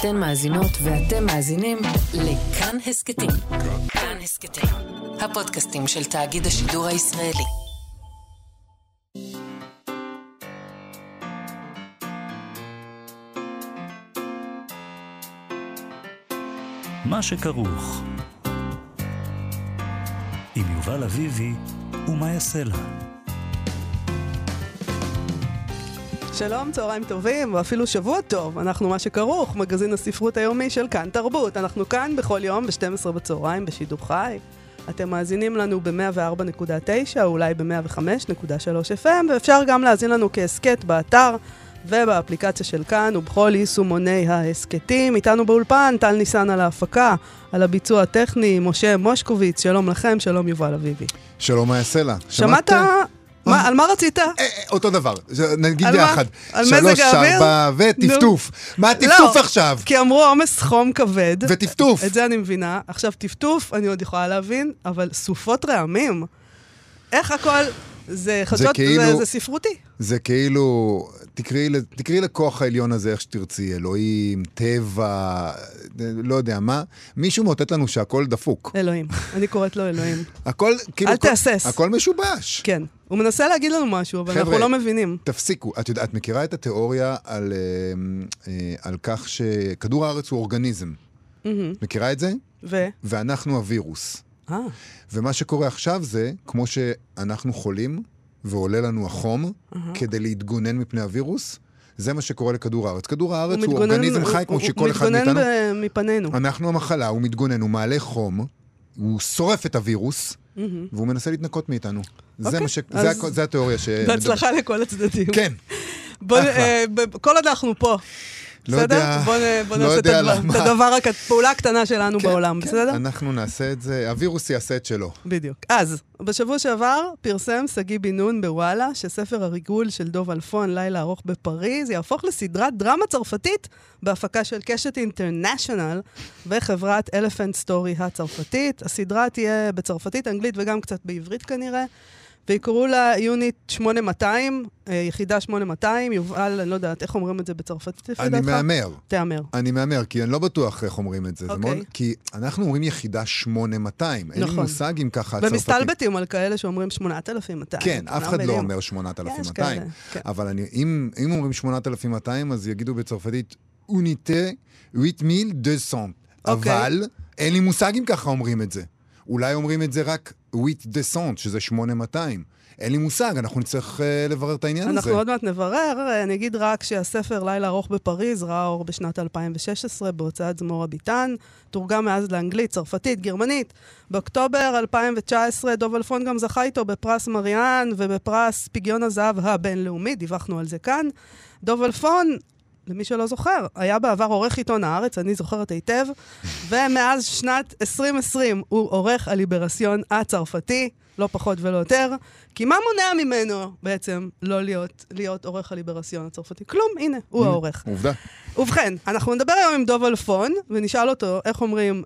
אתן מאזינות ואתם מאזינים לכאן הסקטים. כאן הסקטים, הפודקאסטים של תאגיד השידור הישראלי. מה שכרוך עם יובל אביבי ומה יעשה לה. שלום, צהריים טובים, ואפילו שבוע טוב. אנחנו מה שכרוך, מגזין הספרות היומי של כאן תרבות. אנחנו כאן בכל יום ב-12 בצהריים בשידור חי. אתם מאזינים לנו ב-104.9, אולי ב-105.3 FM, ואפשר גם להאזין לנו כהסקט באתר ובאפליקציה של כאן ובכל יישומוני ההסקטים. איתנו באולפן טל ניסן על ההפקה, על הביצוע הטכני, משה מושקוביץ. שלום לכם, שלום יובל אביבי. שלום, מה יעשה לה? שמעת? על מה רצית? אותו דבר, נגיד ביחד. על מזג האוויר? 3, 4 וטפטוף. מה הטפטוף עכשיו? כי אמרו עומס חום כבד. וטפטוף. את זה אני מבינה. עכשיו טפטוף, אני עוד יכולה להבין, אבל סופות רעמים. איך הכל? זה חדשות, זה ספרותי. זה כאילו, תקראי לכוח העליון הזה איך שתרצי, אלוהים, טבע, לא יודע מה, מישהו מוטט לנו שהכל דפוק. אלוהים, אני קוראת לו אלוהים. הכל, כאילו, אל תאסס. הכל משובש. כן, הוא מנסה להגיד לנו משהו, אבל אנחנו לא מבינים. תפסיקו, את מכירה את התיאוריה על כך שכדור הארץ הוא אורגניזם. מכירה את זה? ואנחנו הווירוס. ומה שקורה עכשיו זה, כמו שאנחנו חולים, ועולה לנו החום, כדי להתגונן מפני הווירוס, זה מה שקורה לכדור הארץ. כדור הארץ הוא אורגניזם חי, כמו שכל אחד מאיתנו. הוא מתגונן מפנינו. אנחנו המחלה, הוא מתגונן, הוא מעלה חום, הוא שורף את הווירוס, והוא מנסה להתנקות מאיתנו. זה התיאוריה בהצלחה לכל הצדדים. כן. כל עוד אנחנו פה. בסדר? בוא נעשה את הדבר, הפעולה הקטנה שלנו בעולם, בסדר? אנחנו נעשה את זה, הווירוס יעשה את שלו. בדיוק. אז, בשבוע שעבר פרסם סגי בן נון בוואלה, שספר הריגול של דוב אלפון, לילה ארוך בפריז, יהפוך לסדרת דרמה צרפתית, בהפקה של קשת אינטרנשיונל, וחברת אלפנט סטורי הצרפתית. הסדרה תהיה בצרפתית, אנגלית וגם קצת בעברית כנראה. ויקראו לה יוניט 8200, יחידה 8200, יובל, אני לא יודעת איך אומרים את זה בצרפתית. אני מאמר. תאמר. אני מאמר, כי אני לא בטוח איך אומרים את זה. כי אנחנו אומרים יחידה 8200. אין לי מושג אם ככה הצרפתית. במסתלבטים על כאלה שאומרים 8200. כן, אף אחד לא אומר 8200. אבל אם אומרים 8200, אז יגידו בצרפתית, אוניטה 8200. אבל אין לי מושג אם ככה אומרים את זה. אולי אומרים את זה רק וויט דסנט, שזה 8200. אין לי מושג, אנחנו נצטרך לברר את העניין הזה. אנחנו עוד מעט נברר. אני אגיד רק שהספר לילה ארוך בפריז ראה אור בשנת 2016 בהוצאת זמור הביטן, תורגם מאז לאנגלית, צרפתית, גרמנית. באוקטובר 2019 דוב אלפון גם זכה איתו בפרס מריאן ובפרס פגיון הזהב הבינלאומי, דיווחנו על זה כאן. דוב אלפון, למי שלא זוכר, היה בעבר עורך עיתון הארץ, אני זוכרת היטב, ומאז שנת 2020 הוא עורך הליברסיון הצרפתי, לא פחות ולא יותר, כי מה מונע ממנו בעצם לא להיות עורך הליברסיון הצרפתי? כלום, הנה, הוא העורך. עובדה. ובכן, אנחנו נדבר היום עם דוב אלפון, ונשאל אותו איך אומרים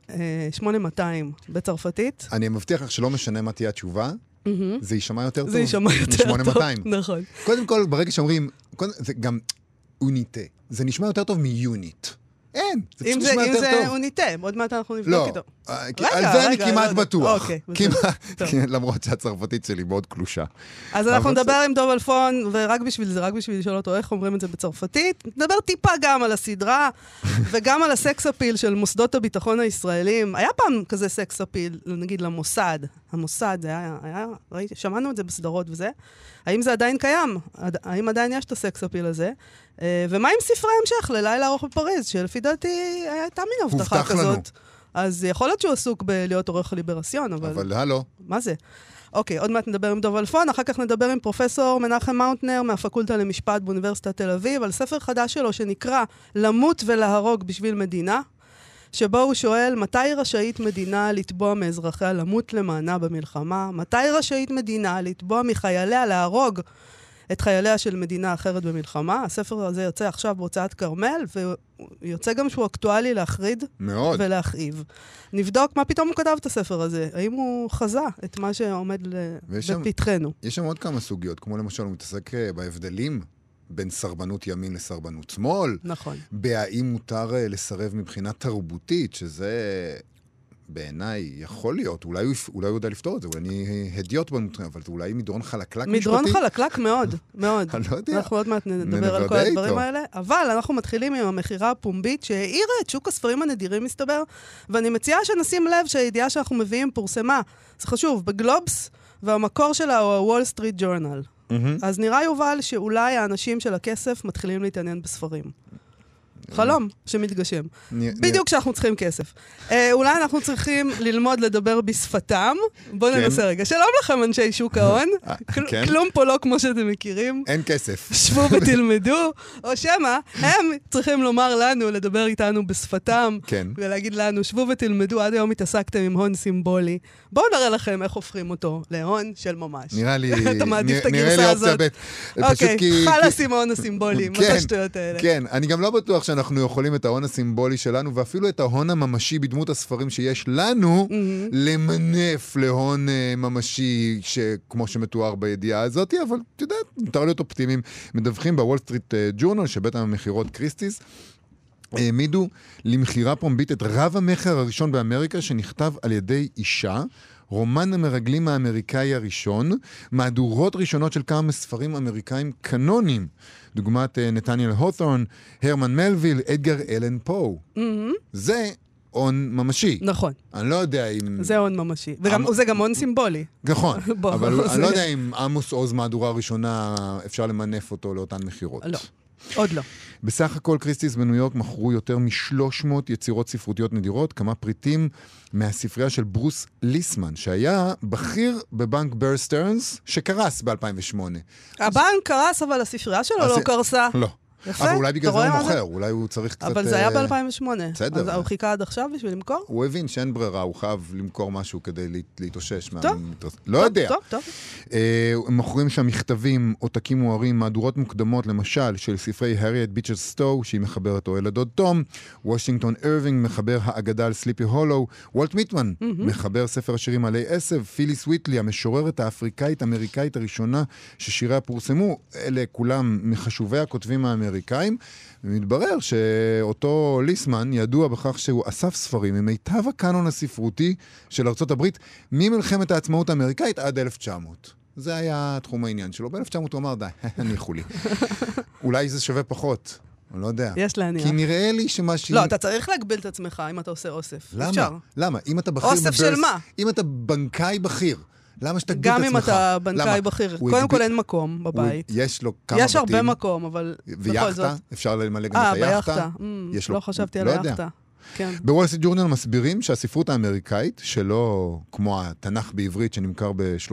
8200 בצרפתית. אני מבטיח לך שלא משנה מה תהיה התשובה, זה יישמע יותר טוב. זה יישמע יותר טוב, 8200. נכון. קודם כל, ברגע שאומרים, זה גם אוניטה. זה נשמע יותר טוב מיוניט. אין, זה פשוט נשמע יותר טוב. אם זה אוניטה, עוד מעט אנחנו נבדוק איתו. לא, על זה אני כמעט בטוח. כמעט, למרות שהצרפתית שלי מאוד קלושה. אז אנחנו נדבר עם דוב אלפון, ורק בשביל זה, רק בשביל לשאול אותו איך אומרים את זה בצרפתית. נדבר טיפה גם על הסדרה, וגם על הסקס אפיל של מוסדות הביטחון הישראלים. היה פעם כזה סקס אפיל, נגיד למוסד. המוסד, זה היה, שמענו את זה בסדרות וזה. האם זה עדיין קיים? האם עדיין יש את הסקס אפיל הזה? ומה עם ספרי המשך ללילה ארוך בפריז, שלפי דעתי הייתה מין הבטחה כזאת. אז יכול להיות שהוא עסוק בלהיות עורך ליברסיון, אבל הלו. מה זה? אוקיי, עוד מעט נדבר עם דוב אלפון, אחר כך נדבר עם פרופסור מנחם מאונטנר מהפקולטה למשפט באוניברסיטת תל אביב, על ספר חדש שלו שנקרא למות ולהרוג בשביל מדינה, שבו הוא שואל מתי רשאית מדינה לתבוע מאזרחיה למות למענה במלחמה, מתי רשאית מדינה לתבוע מחייליה להרוג את חייליה של מדינה אחרת במלחמה. הספר הזה יוצא עכשיו בהוצאת כרמל, ויוצא גם שהוא אקטואלי להחריד מאוד. ולהכאיב. נבדוק מה פתאום הוא כתב את הספר הזה. האם הוא חזה את מה שעומד בפתחנו. יש שם עוד כמה סוגיות, כמו למשל הוא מתעסק בהבדלים בין סרבנות ימין לסרבנות שמאל. נכון. בהאם מותר לסרב מבחינה תרבותית, שזה בעיניי יכול להיות. אולי הוא יודע לפתור את זה, אולי אני הדיוט במותרים, אבל זה אולי מדרון חלקלק משפטי. מדרון חלקלק מאוד, מאוד. אני לא יודע. אנחנו עוד מעט נדבר על כל הדברים האלה. אבל אנחנו מתחילים עם המחירה הפומבית, שהעירה את שוק הספרים הנדירים, מסתבר, ואני מציעה שנשים לב שהידיעה שאנחנו מביאים פורסמה. זה חשוב, בגלובס, והמקור שלה הוא הוול סטריט ג'ורנל. אז נראה יובל שאולי האנשים של הכסף מתחילים להתעניין בספרים. חלום שמתגשם. בדיוק כשאנחנו צריכים כסף. אולי אנחנו צריכים ללמוד לדבר בשפתם. בואו ננסה רגע. שלום לכם, אנשי שוק ההון. כלום פה לא כמו שאתם מכירים. אין כסף. שבו ותלמדו. או שמה, הם צריכים לומר לנו, לדבר איתנו בשפתם. ולהגיד לנו, שבו ותלמדו. עד היום התעסקתם עם הון סימבולי. בואו נראה לכם איך הופכים אותו להון של ממש. נראה לי... אתה מעדיף את הגרסה הזאת. אוקיי, חלאס עם ההון הסימבולי. מה השטויות האלה? כן, אני גם לא בטוח שאנחנו יכולים את ההון הסימבולי שלנו, ואפילו את ההון הממשי בדמות הספרים שיש לנו, למנף להון ממשי, כמו שמתואר בידיעה הזאת, אבל אתה יודע, מותר להיות אופטימיים. מדווחים בוול סטריט ג'ורנל, שבית המחירות קריסטיס, העמידו למחירה פומבית את רב המחר הראשון באמריקה, שנכתב על ידי אישה, רומן המרגלים האמריקאי הראשון, מהדורות ראשונות של כמה ספרים אמריקאים קנונים, דוגמת נתניאל הות'ורן, הרמן מלוויל, אדגר אלן פו. זה הון ממשי. נכון. אני לא יודע אם... זה הון ממשי. וזה גם הון סימבולי. נכון. אבל אני לא יודע אם עמוס עוז מהדורה הראשונה אפשר למנף אותו לאותן מחירות. לא. עוד לא. בסך הכל קריסטיס בניו יורק מכרו יותר מ-300 יצירות ספרותיות נדירות, כמה פריטים מהספרייה של ברוס ליסמן, שהיה בכיר בבנק בר סטרנס, שקרס ב-2008. הבנק קרס, אבל הספרייה שלו לא קרסה. לא. יפה. אבל אולי בגלל זה הוא מוכר, אולי הוא צריך קצת... אבל זה היה ב-2008. בסדר. אז הוא חיכה עד עכשיו בשביל למכור? הוא הבין שאין ברירה, הוא חייב למכור משהו כדי להתאושש. טוב. לא יודע. טוב. הם מוכרים שם מכתבים, עותקים מוארים, מהדורות מוקדמות, למשל, של ספרי הריאט ביצ'ר סטו, שהיא מחברת אוהל הדוד תום, וושינגטון אירווינג מחבר האגדה על סליפי הולו, וולט מיטמן מחבר ספר השירים עלי עשב, פיליס וויטלי, המשוררת האפריקאית-אמריקאית הראשונה ששיריה פורסמו, אלה כולם מחשובי הכותבים האמריקאים, ומתברר שאותו ליסמן ידוע בכך שהוא אסף ספרים ממיטב הקאנון הספרותי של ארצות הברית ממלחמת העצמאות האמריקאית עד 1900. זה היה תחום העניין שלו. ב-1900 הוא אמר, די, הניחו לי. אולי זה שווה פחות. אני לא יודע. יש להניח. כי נראה לי שמשהו... לא, אתה צריך להגביל את עצמך אם אתה עושה אוסף. למה? למה? אם אתה בכיר אוסף של מה? אם אתה בנקאי בכיר, למה שתגביל את עצמך? גם אם אתה בנקאי בכיר. קודם כל אין מקום בבית. יש לו כמה בתים. יש הרבה מקום, אבל... ויחטה? אפשר למלא גם את היחטה? לא חשבתי על היחטה. בוול סטריט ג'ורנל מסבירים שהספרות האמריקאית, שלא כמו התנ"ך בעברית שנמכר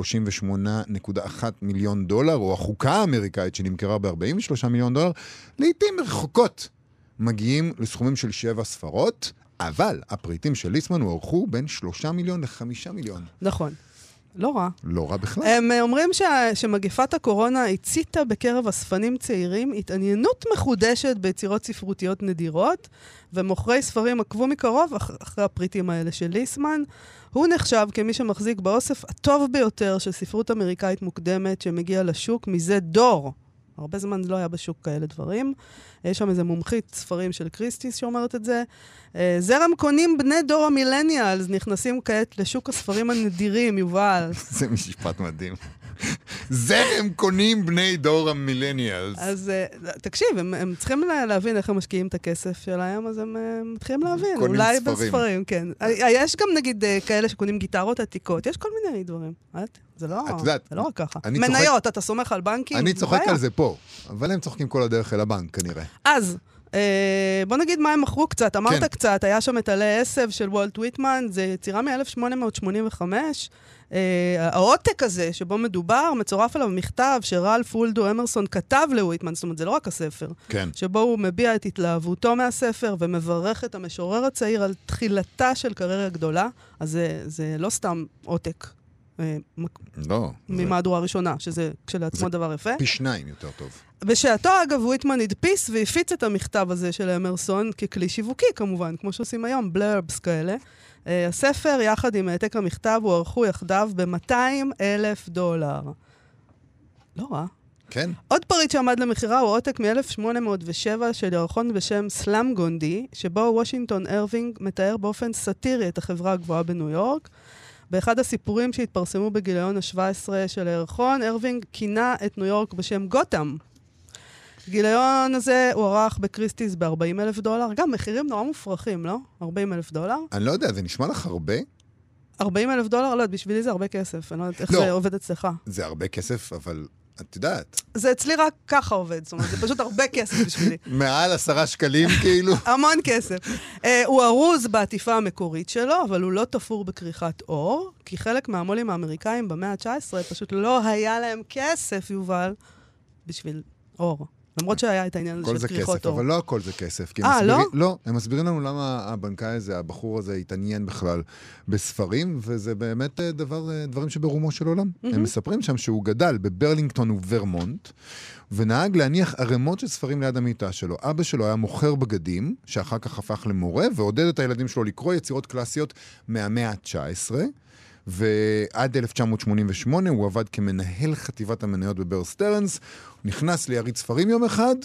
ב$38.1 מיליון, או החוקה האמריקאית שנמכרה ב$43 מיליון, לעתים רחוקות מגיעים לסכומים של 7 ספרות, אבל הפריטים של ליסמן הוערכו בין 3 מיליון ל5 מיליון. נכון. לא רע. לא רע בכלל. הם אומרים שמגפת הקורונה הציתה בקרב אספנים צעירים התעניינות מחודשת ביצירות ספרותיות נדירות, ומוכרי ספרים עקבו מקרוב אחרי הפריטים האלה של ליסמן. הוא נחשב כמי שמחזיק באוסף הטוב ביותר של ספרות אמריקאית מוקדמת שמגיע לשוק מזה דור. הרבה זמן לא היה בשוק כאלה דברים. יש שם איזה מומחית ספרים של קריסטיס שאומרת את זה. זרם קונים בני דור המילניאלס נכנסים כעת לשוק הספרים הנדירים, יובל. זה משפט מדהים. זרם קונים בני דור המילניאלס. אז תקשיב, הם צריכים להבין איך הם משקיעים את הכסף שלהם, אז הם מתחילים להבין. אולי בספרים, כן. יש גם נגיד כאלה שקונים גיטרות עתיקות, יש כל מיני דברים. זה לא רק ככה. מניות, אתה סומך על בנקים? אני צוחק על זה פה, אבל הם צוחקים כל הדרך אל הבנק כנראה. אז, בוא נגיד מה הם מכרו קצת. אמרת קצת, היה שם את עלי עשב של וולט ויטמן, זה יצירה מ-1885. העותק הזה שבו מדובר, מצורף עליו מכתב שרלף וולדו אמרסון כתב לוויטמן, זאת אומרת, זה לא רק הספר, שבו הוא מביע את התלהבותו מהספר ומברך את המשורר הצעיר על תחילתה של קריירה גדולה, אז זה לא סתם עותק. לא. ממהדורה הראשונה, שזה כשלעצמו דבר יפה. פי 2 יותר טוב. בשעתו, אגב, וויטמן הדפיס והפיץ את המכתב הזה של אמרסון ככלי שיווקי, כמובן, כמו שעושים היום, בלרבס כאלה. הספר, יחד עם העתק המכתב, הוערכו יחדיו $200,000. לא רע. כן. עוד פריט שעמד למחירה הוא עותק מ-1807 של ירחון בשם סלאם גונדי, שבו וושינגטון ארווינג מתאר באופן סאטירי את החברה הגבוהה בניו יורק. באחד הסיפורים שהתפרסמו בגיליון ה-17 של הירחון, ארווינג כינה את ניו יורק בשם גותם. גיליון הזה הוא ערך בקריסטיס ב$40,000. גם מחירים נורא מופרכים, לא? $40,000. אני לא יודע, זה נשמע לך הרבה? $40,000? לא, בשבילי זה הרבה כסף. אני לא יודעת איך זה עובד אצלך. זה הרבה כסף, אבל את יודעת. זה אצלי רק ככה עובד, זאת אומרת, זה פשוט הרבה כסף בשבילי. מעל 10 שקלים כאילו? המון כסף. הוא ארוז בעטיפה המקורית שלו, אבל הוא לא תפור בכריכת אור, כי חלק מהמולים האמריקאים במאה ה-19 פשוט לא היה להם כסף, יובל, בשביל אור. למרות שהיה את העניין הזה של כריכות אור. כסף, אבל לא הכל זה כסף. לא? לא, הם מסבירים לנו למה הבנקאי הזה, הבחור הזה, התעניין בכלל בספרים, וזה באמת דברים שברומו של עולם. הם מספרים שם שהוא גדל בברלינגטון וורמונט, ונהג להניח ערימות של ספרים ליד המיטה שלו. אבא שלו היה מוכר בגדים, שאחר כך הפך למורה, ועודד את הילדים שלו לקרוא יצירות קלאסיות מהמאה ה-19, ועד 1988 הוא עבד כמנהל חטיבת המניות בבר סטרנס, הוא נכנס ליריד ספרים יום אחד,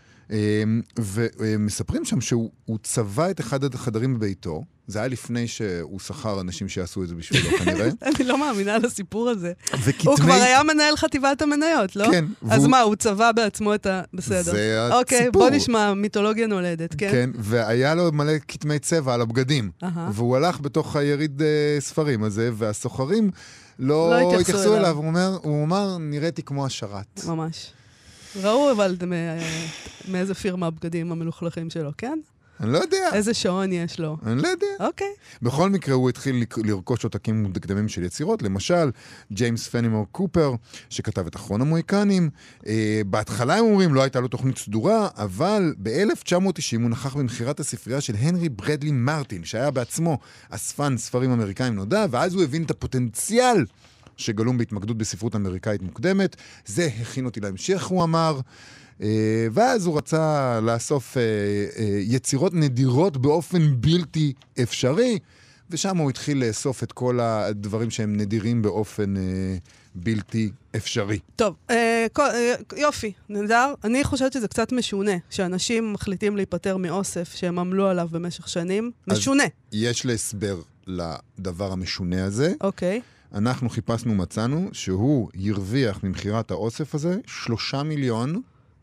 ומספרים שם שהוא צבע את אחד החדרים בביתו, זה היה לפני שהוא שכר אנשים שיעשו את זה בשבילו כנראה. אני לא מאמינה לסיפור הזה. הוא כבר היה מנהל חטיבת המניות, לא? כן. אז מה, הוא צבע בעצמו את בסדר. זה הסיפור. אוקיי, בוא נשמע, מיתולוגיה נולדת, כן? כן, והיה לו מלא כתמי צבע על הבגדים, והוא הלך בתוך היריד ספרים הזה, והסוחרים לא התייחסו אליו, הוא אמר, נראיתי כמו השרת. ממש. ראו אבל מאיזה פירמה הבגדים המלוכלכים שלו, כן? אני לא יודע. איזה שעון יש לו. אני לא יודע. אוקיי. בכל מקרה הוא התחיל לרכוש עותקים מוקדמים של יצירות, למשל, ג'יימס פנימור קופר, שכתב את אחרון המוהיקנים. בהתחלה הם אומרים, לא הייתה לו תוכנית סדורה, אבל ב-1990 הוא נכח במכירת הספרייה של הנרי ברדלי מרטין, שהיה בעצמו אספן ספרים אמריקאים נודע, ואז הוא הבין את הפוטנציאל שגלום בהתמקדות בספרות אמריקאית מוקדמת. זה הכין אותי להמשך, הוא אמר. ואז הוא רצה לאסוף יצירות נדירות באופן בלתי אפשרי, ושם הוא התחיל לאסוף את כל הדברים שהם נדירים באופן בלתי אפשרי. טוב, יופי, נהדר. אני חושבת שזה קצת משונה, שאנשים מחליטים להיפטר מאוסף שהם עמלו עליו במשך שנים. משונה. יש להסבר לדבר המשונה הזה. אוקיי. אנחנו חיפשנו, מצאנו, שהוא ירוויח ממחירת האוסף הזה $3,000,000,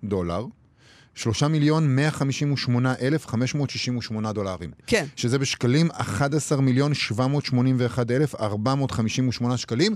$3,158,568. כן. שזה בשקלים $11,781,458 שקלים,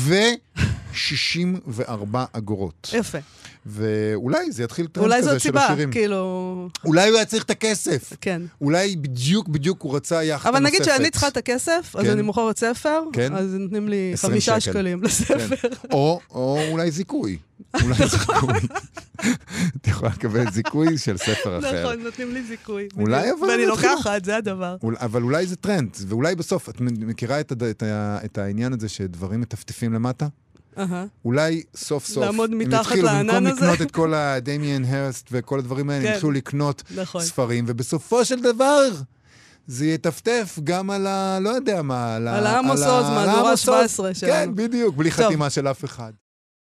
ו-64 אגורות. יפה. ואולי זה יתחיל טרנד כזה של השירים. אולי זו סיבה, כאילו... אולי הוא היה צריך את הכסף. כן. אולי בדיוק הוא רצה יחד נוספת. אבל נגיד שאני צריכה את הכסף, אז אני מוכרת ספר, אז נותנים לי 5 שקלים לספר. או אולי זיכוי. אולי זיכוי. את יכולה לקבל זיכוי של ספר אחר. נכון, נותנים לי זיכוי. אולי אבל... ואני לוקחת, זה הדבר. אבל אולי זה טרנד, ואולי בסוף, את מכירה את העניין הזה שדברים מטפטפים למטה? אולי סוף סוף, לעמוד מתחת לענן הזה. במקום לקנות את כל הדמיאן הרסט וכל הדברים האלה, הם התחילו לקנות ספרים, ובסופו של דבר... זה יטפטף גם על לא יודע מה, על עמוס עוז, מהדורה 17 שלנו. כן, בדיוק, בלי חתימה של אף אחד.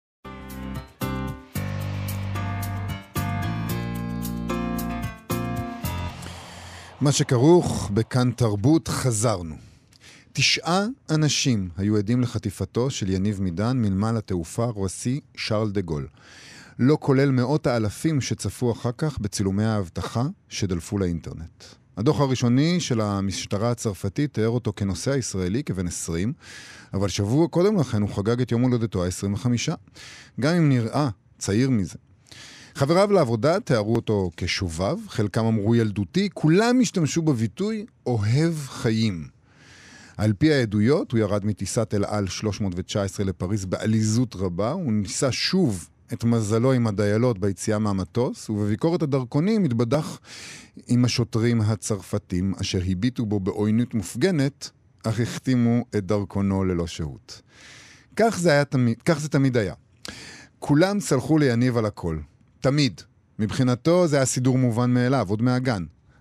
מה שכרוך בכאן תרבות, חזרנו. 9 אנשים היו עדים לחטיפתו של יניב מידן מנמל התעופה רוסי שרל דה גול. לא כולל מאות האלפים שצפו אחר כך בצילומי האבטחה שדלפו לאינטרנט. הדוח הראשוני של המשטרה הצרפתית תיאר אותו כנוסע ישראלי כבן 20, אבל שבוע קודם לכן הוא חגג את יום הולדתו ה-25, גם אם נראה צעיר מזה. חבריו לעבודה תיארו אותו כשובב, חלקם אמרו ילדותי, כולם השתמשו בביטוי אוהב חיים. על פי העדויות, הוא ירד מטיסת אל על 319 לפריז בעליזות רבה, הוא ניסה שוב את מזלו עם הדיילות ביציאה מהמטוס, ובביקורת הדרכונים התבדח עם השוטרים הצרפתים, אשר הביטו בו בעוינות מופגנת, אך החתימו את דרכונו ללא שהות. כך זה תמיד היה. כולם סלחו ליניב על הכל. תמיד. מבחינתו זה היה סידור מובן מאליו, עוד מהגן.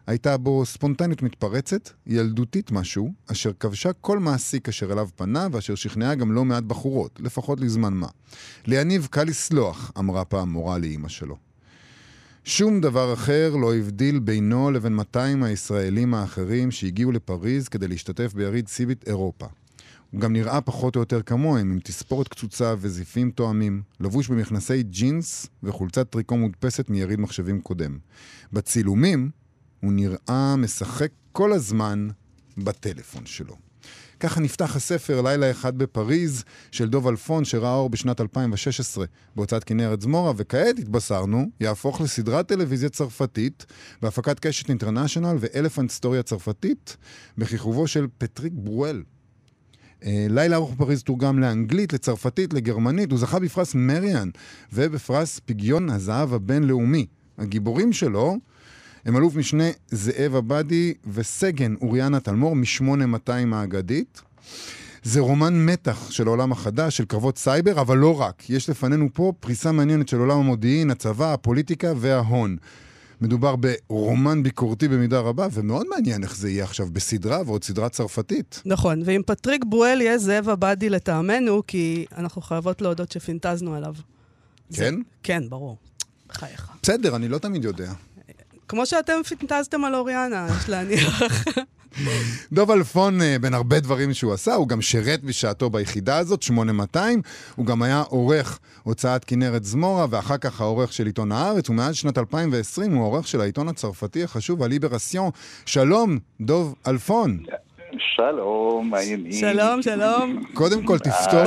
הייתה בו ספונטניות מתפרצת, ילדותית משהו, אשר כבשה כל מעסיק אשר אליו פנה, ואשר שכנעה גם לא מעט בחורות, לפחות לזמן מה. ליניב קל לסלוח, אמרה פעם מורה לאמא שלו. שום דבר אחר לא הבדיל בינו לבין 200 הישראלים האחרים שהגיעו לפריז כדי להשתתף ביריד סיבית אירופה. הוא גם נראה פחות או יותר כמוהם, עם תספורת קצוצה וזיפים תואמים, לבוש במכנסי ג'ינס וחולצת טריקו מודפסת מיריד מחשבים קודם. בצילומים הוא נראה משחק כל הזמן בטלפון שלו. ככה נפתח הספר לילה אחד בפריז של דוב אלפון שראה אור בשנת 2016 בהוצאת כנרת זמורה, וכעת התבשרנו יהפוך לסדרת טלוויזיה צרפתית בהפקת קשת אינטרנשיונל ואלפנט סטוריה צרפתית בכיכובו של פטריק ברואל. לילה ארוך בפריז תורגם לאנגלית, לצרפתית, לגרמנית. הוא זכה בפרס מריאן ובפרס פגיון הזהב הבינלאומי. הגיבורים שלו הם אלוף משנה זאב עבדי וסגן אוריאנה תלמור מ-8200 האגדית. זה רומן מתח של העולם החדש, של קרבות סייבר, אבל לא רק. יש לפנינו פה פריסה מעניינת של עולם המודיעין, הצבא, הפוליטיקה וההון. מדובר ברומן ביקורתי במידה רבה, ומאוד מעניין איך זה יהיה עכשיו בסדרה, ועוד סדרה צרפתית. נכון, ועם פטריק ברואל יהיה זאב עבדי לטעמנו, כי אנחנו חייבות להודות שפינטזנו עליו. כן? כן, ברור. חייך. בסדר, אני לא תמיד יודע. כמו שאתם פינטזתם על אוריאנה, יש להניח. דוב אלפון, בין הרבה דברים שהוא עשה, הוא גם שרת בשעתו ביחידה הזאת, 8200, הוא גם היה עורך הוצאת כנרת זמורה, ואחר כך העורך של עיתון הארץ, ומאז שנת 2020 הוא העורך של העיתון הצרפתי החשוב, הליברסיון. שלום, דוב אלפון. שלום, העניינים. שלום, שלום. קודם כל,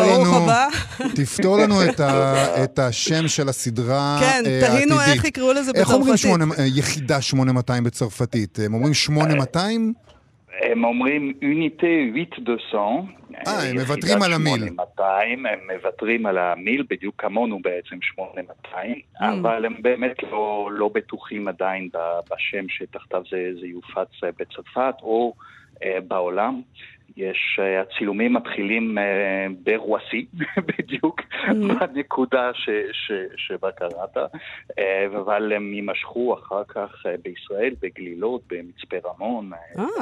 תפתור לנו את השם של הסדרה העתידית. כן, תהינו איך יקראו לזה בצרפתית. איך אומרים יחידה 8200 בצרפתית? הם אומרים 8200? הם אומרים Unité 8200. הם מוותרים על המיל. הם מוותרים על המיל, בדיוק כמונו בעצם 8200, אבל הם באמת לא בטוחים עדיין בשם שתחתיו זה יופץ בצרפת או בעולם. יש, הצילומים מתחילים ברואסי, בדיוק, בנקודה שבה קראת, אבל הם יימשכו אחר כך בישראל, בגלילות, במצפה רמון,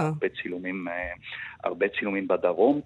הרבה צילומים בדרום,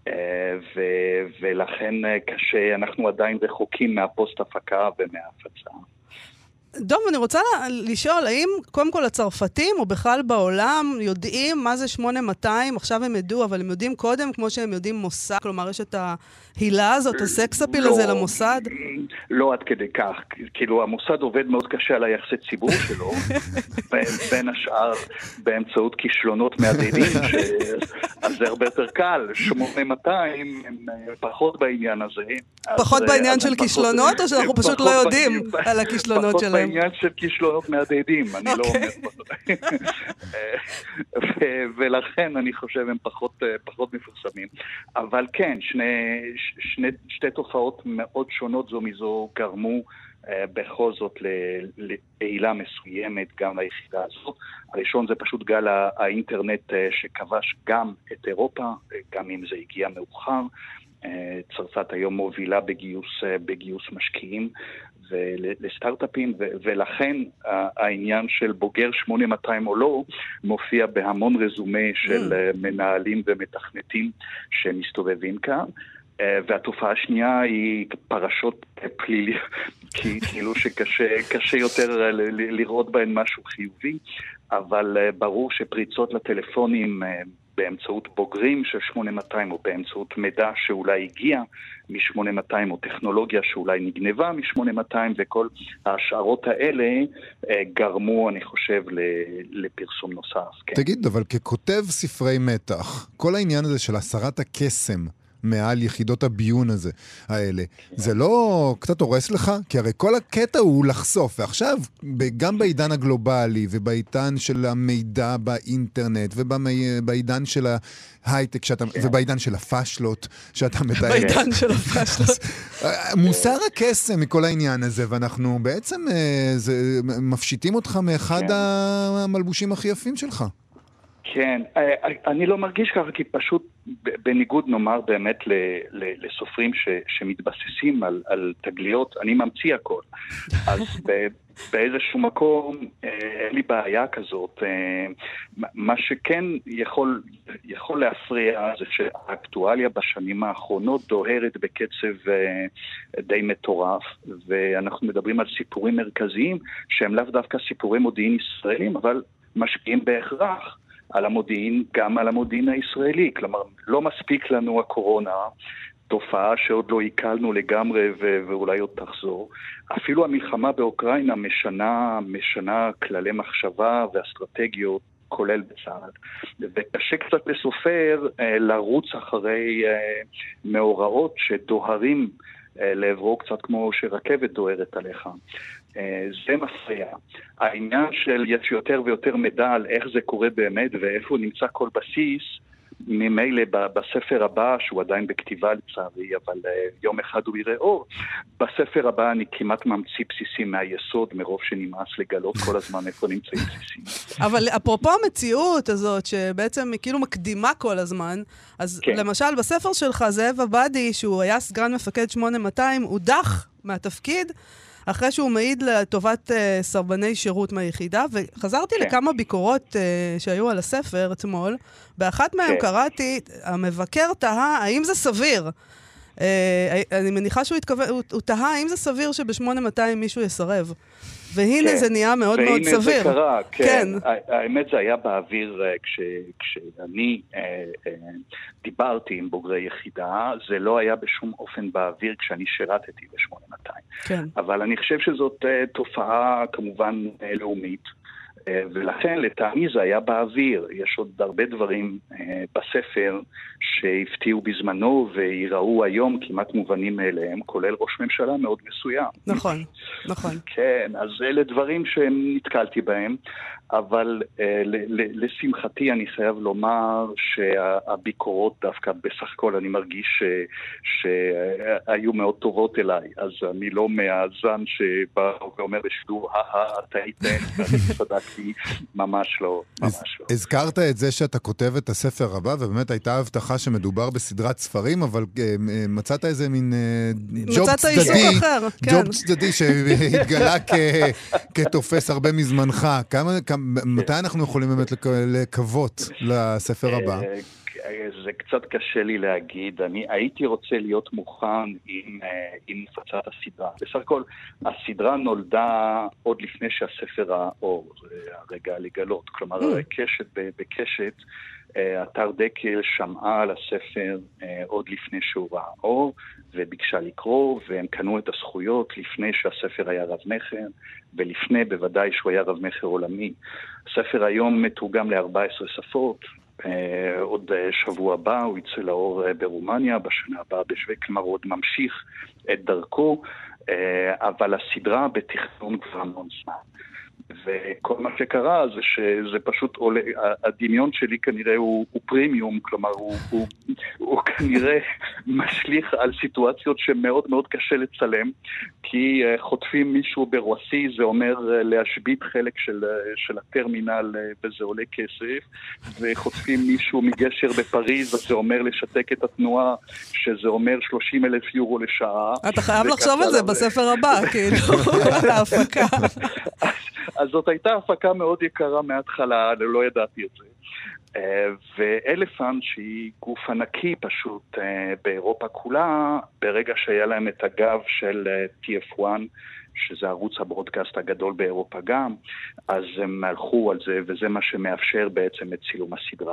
ולכן קשה, אנחנו עדיין רחוקים מהפוסט הפקה ומההפצה. דוב, אני רוצה לשאול, האם קודם כל הצרפתים או בכלל בעולם יודעים מה זה 8200? עכשיו הם ידעו, אבל הם יודעים קודם כמו שהם יודעים מוסד? כלומר, יש את ההילה הזאת, הסקסאפיל הזה למוסד? לא עד כדי כך. כאילו, המוסד עובד מאוד קשה על היחסי ציבור שלו, בין השאר באמצעות כישלונות מהדהדים, אז זה הרבה יותר קל. 8200 הם פחות בעניין הזה. פחות בעניין של כישלונות, או שאנחנו פחות פשוט לא יודעים על הכישלונות שלהם? פחות בעניין של כישלונות מהדהדים, אני לא אומר. ולכן אני חושב הם פחות מפורסמים. אבל כן, שתי תופעות מאוד שונות זו מזו גרמו בכל זאת לפעילה מסוימת גם ליחידה הזאת. הראשון זה פשוט גל האינטרנט שכבש גם את אירופה, גם אם זה הגיע מאוחר. צרפת היום מובילה בגיוס משקיעים ולסטארט-אפים, ולכן העניין של בוגר 8200 או לא מופיע בהמון רזומה של מנהלים ומתכנתים שמסתובבים כאן. והתופעה השנייה היא פרשות פליליות, כאילו שקשה יותר לראות בהן משהו חיובי, אבל ברור שפריצות לטלפונים באמצעות בוגרים של 8200 או באמצעות מידע שאולי הגיע מ-8200 או טכנולוגיה שאולי נגנבה מ-8200 וכל ההשערות האלה גרמו, אני חושב, לפרסום נוסף. כן. תגיד, אבל ככותב ספרי מתח, כל העניין הזה של הסרת הקסם מעל יחידות הביון האלה. זה לא קצת הורס לך? כי הרי כל הקטע הוא לחשוף, ועכשיו, גם בעידן הגלובלי, ובעידן של המידע באינטרנט, ובעידן של ההייטק, ובעידן של הפשלות, שאתה מתאר. בעידן של הפשלות. מוסר הקסם מכל העניין הזה, ואנחנו בעצם מפשיטים אותך מאחד המלבושים הכי יפים שלך. כן, אני לא מרגיש ככה, כי פשוט בניגוד נאמר באמת לסופרים שמתבססים על תגליות, אני ממציא הכל. אז באיזשהו מקום אין לי בעיה כזאת. מה שכן יכול להפריע זה שהאקטואליה בשנים האחרונות דוהרת בקצב די מטורף, ואנחנו מדברים על סיפורים מרכזיים שהם לאו דווקא סיפורי מודיעין ישראלים, אבל משקיעים בהכרח על המודיעין, גם על המודיעין הישראלי. כלומר, לא מספיק לנו הקורונה, תופעה שעוד לא עיכלנו לגמרי ואולי עוד תחזור. אפילו המלחמה באוקראינה משנה כללי מחשבה ואסטרטגיות, כולל בצה"ל. וקשה קצת לסופר לרוץ אחרי מאורעות שדוהרים לעברו קצת כמו שרכבת דוהרת עליך. זה מפריע. העניין של יש יותר ויותר מידע על איך זה קורה באמת ואיפה נמצא כל בסיס, ממילא בספר הבא, שהוא עדיין בכתיבה לצערי, אבל יום אחד הוא יראה אור. בספר הבא אני כמעט ממציא בסיסים מהיסוד, מרוב שנמאס לגלות כל הזמן איפה נמצאים בסיסים. אבל אפרופו המציאות הזאת, שבעצם היא כאילו מקדימה כל הזמן, אז כן. למשל בספר שלך, זאב עבדי, שהוא היה סגן מפקד 8200, הוא דח מהתפקיד, אחרי שהוא מעיד לטובת סרבני שירות מהיחידה, וחזרתי לכמה ביקורות שהיו על הספר אתמול, באחת מהם קראתי, המבקר תהה, האם זה סביר? אני מניחה שהוא תהה, האם זה סביר שב-8200 מישהו יסרב? והנה זה נהיה מאוד מאוד סביר. והנה זה קרה, כן. האמת זה היה באוויר כשאני דיברתי עם בוגרי יחידה, זה לא היה בשום אופן באוויר כשאני שירתתי ב-8200. כן. אבל אני חושב שזאת תופעה כמובן לאומית, ולכן לטעמי זה היה באוויר. יש עוד הרבה דברים בספר שהפתיעו בזמנו ויראו היום כמעט מובנים מאליהם, כולל ראש ממשלה מאוד מסוים. נכון, נכון. כן, אז אלה דברים שנתקלתי בהם, אבל לשמחתי אני חייב לומר שהביקורות דווקא בסך הכל אני מרגיש שהיו מאוד טובות אליי, אז אני לא מהזן שבא ואומר בשידור, אתה איתן, ואני צדקתי, ממש לא, ממש לא. הזכרת את זה שאתה כותב את הספר הבא, ובאמת הייתה הבטחה שמדובר בסדרת ספרים, אבל מצאת איזה מין ג'וב צדדי שהתגלה כתופס הרבה מזמנך. מתי אנחנו יכולים באמת לקוות לספר הבא? זה קצת קשה לי להגיד. אני הייתי רוצה להיות מוכן עם הפצת הסדרה. בסך הכל, הסדרה נולדה עוד לפני שהספר האור, הרגע לגלות. כלומר, בקשת, אתר דקל שמעה על הספר עוד לפני שהוא ראה אור, וביקשה לקרוא, והם קנו את הזכויות לפני שהספר היה רב מחר, ולפני בוודאי שהוא היה רב מחר עולמי. הספר היום מתורגם ל-14 שפות, עוד שבוע הבא הוא יצא לאור ברומניה, בשנה הבאה בשוודיה, כלומר עוד ממשיך את דרכו, אבל הסדרה בתכנון כבר המון זמן. וכל מה שקרה זה שזה פשוט עולה, הדמיון שלי כנראה הוא פרימיום, כלומר הוא כנראה משליך על סיטואציות שמאוד מאוד קשה לצלם, כי חוטפים מישהו ברוסי, זה אומר להשבית חלק של הטרמינל וזה עולה כסף, וחוטפים מישהו מגשר בפריז, זה אומר לשתק את התנועה, שזה אומר 30,000 יורו לשעה. אתה חייב לחשוב על זה בספר הבא, כאילו, על ההפקה. אז זאת הייתה הפקה מאוד יקרה מההתחלה, לא ידעתי את זה. ואלפנט, שהיא גוף ענקי פשוט באירופה כולה, ברגע שהיה להם את הגב של TF1, שזה ערוץ הברודקאסט הגדול באירופה גם, אז הם הלכו על זה, וזה מה שמאפשר בעצם את צילום הסדרה.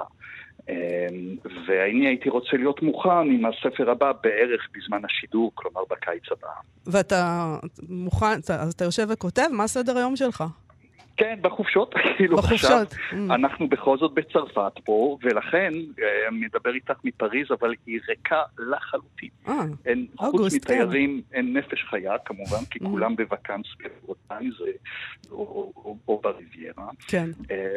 ואני הייתי רוצה להיות מוכן עם הספר הבא בערך בזמן השידור, כלומר בקיץ הבא. ואתה מוכן, אז אתה יושב וכותב? מה סדר היום שלך? כן, בחופשות, כאילו עכשיו, אנחנו בכל זאת בצרפת פה, ולכן מדבר איתך מפריז, אבל היא ריקה לחלוטין. חוץ מתיירים, אין נפש חיה, כמובן, כי כולם בווקנס בברוטניה, או בריביירה. כן.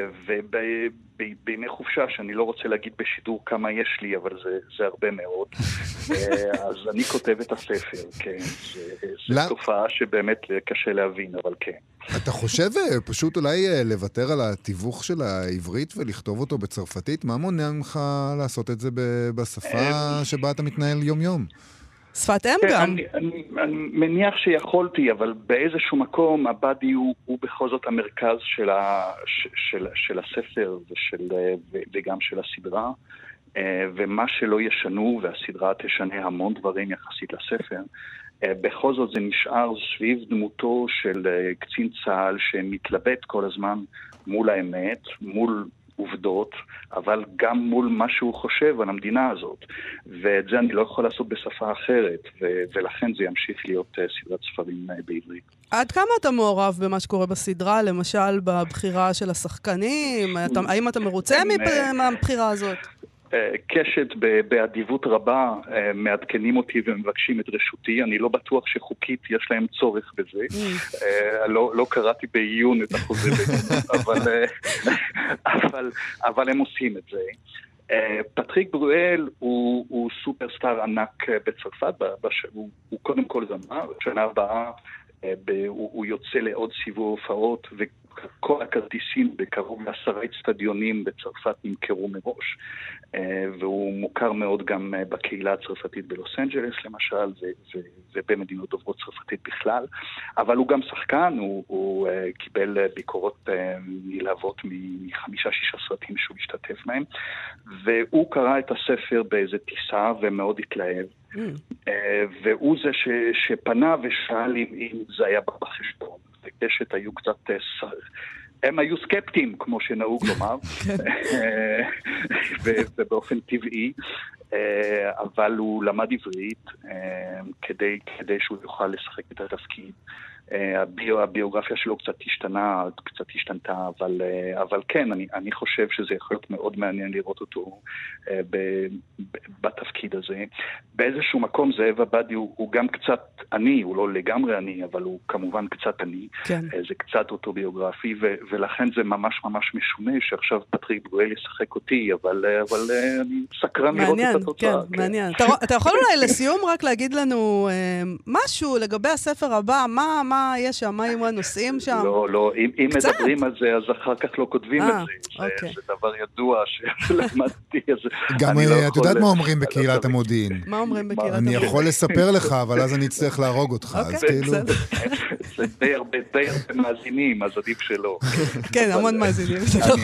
ובימי חופשה, שאני לא רוצה להגיד בשידור כמה יש לי, אבל זה הרבה מאוד. אז אני כותב את הספר, כן. זו תופעה שבאמת קשה להבין, אבל כן. אתה חושב פשוט פשוט אולי לוותר על התיווך של העברית ולכתוב אותו בצרפתית? מה מונע ממך לעשות את זה בשפה שבה אתה מתנהל יום-יום? שפת אם גם. אני מניח שיכולתי, אבל באיזשהו מקום הבאדי הוא בכל זאת המרכז של הספר וגם של הסדרה, ומה שלא ישנו, והסדרה תשנה המון דברים יחסית לספר, בכל זאת זה נשאר סביב דמותו של קצין צה"ל שמתלבט כל הזמן מול האמת, מול עובדות, אבל גם מול מה שהוא חושב על המדינה הזאת. ואת זה אני לא יכול לעשות בשפה אחרת, ולכן זה ימשיך להיות סדרת ספרים בעברית. עד כמה אתה מעורב במה שקורה בסדרה, למשל בבחירה של השחקנים? האם אתה מרוצה מהבחירה הזאת? קשת באדיבות רבה מעדכנים אותי ומבקשים את רשותי. אני לא בטוח שחוקית יש להם צורך בזה. לא קראתי בעיון את החוזה בינינו, אבל הם עושים את זה. פטריק ברואל הוא סופרסטאר ענק בצרפת. הוא קודם כל זמר. בשנה הבאה הוא יוצא לעוד סיבוב הופעות, וכל הכרטיסים בקרוב ל10 אצטדיונים בצרפת נמכרו מראש. והוא מוכר מאוד גם בקהילה הצרפתית בלוס אנג'לס למשל, ובמדינות דוברות צרפתית בכלל. אבל הוא גם שחקן, הוא קיבל ביקורות נלהבות מ5-6 סרטים שהוא השתתף מהם, והוא קרא את הספר באיזה טיסה ומאוד התלהב. והוא זה שפנה ושאל אם זה היה בחשבון. וקשת היו קצת הם היו סקפטיים, כמו שנהוג לומר, ובאופן טבעי, אבל הוא למד עברית כדי שהוא יוכל לשחק את התפקיד. הביוגרפיה שלו קצת השתנתה, אבל כן, אני חושב שזה יכול להיות מאוד מעניין לראות אותו בתפקיד הזה. באיזשהו מקום זאב עבאדי הוא גם קצת עני, הוא לא לגמרי עני, אבל הוא כמובן קצת עני. כן. זה קצת אוטוביוגרפי, ולכן זה ממש ממש משונה שעכשיו פטריק ברואל ישחק אותי, אבל אני סקרן לראות את התוצאה. כן, מעניין. אתה יכול אולי לסיום רק להגיד לנו משהו לגבי הספר הבא, מה יש שם, מה היו הנושאים שם? לא, אם מדברים על זה, אז אחר כך לא כותבים את זה. זה דבר ידוע שלמדתי. גם את יודעת מה אומרים בקהילת המודיעין? מה אומרים בקהילת המודיעין? אני יכול לספר לך, אבל אז אני אצטרך להרוג אותך. זה די הרבה מאזינים, אז עדיף שלא. כן, המון מאזינים.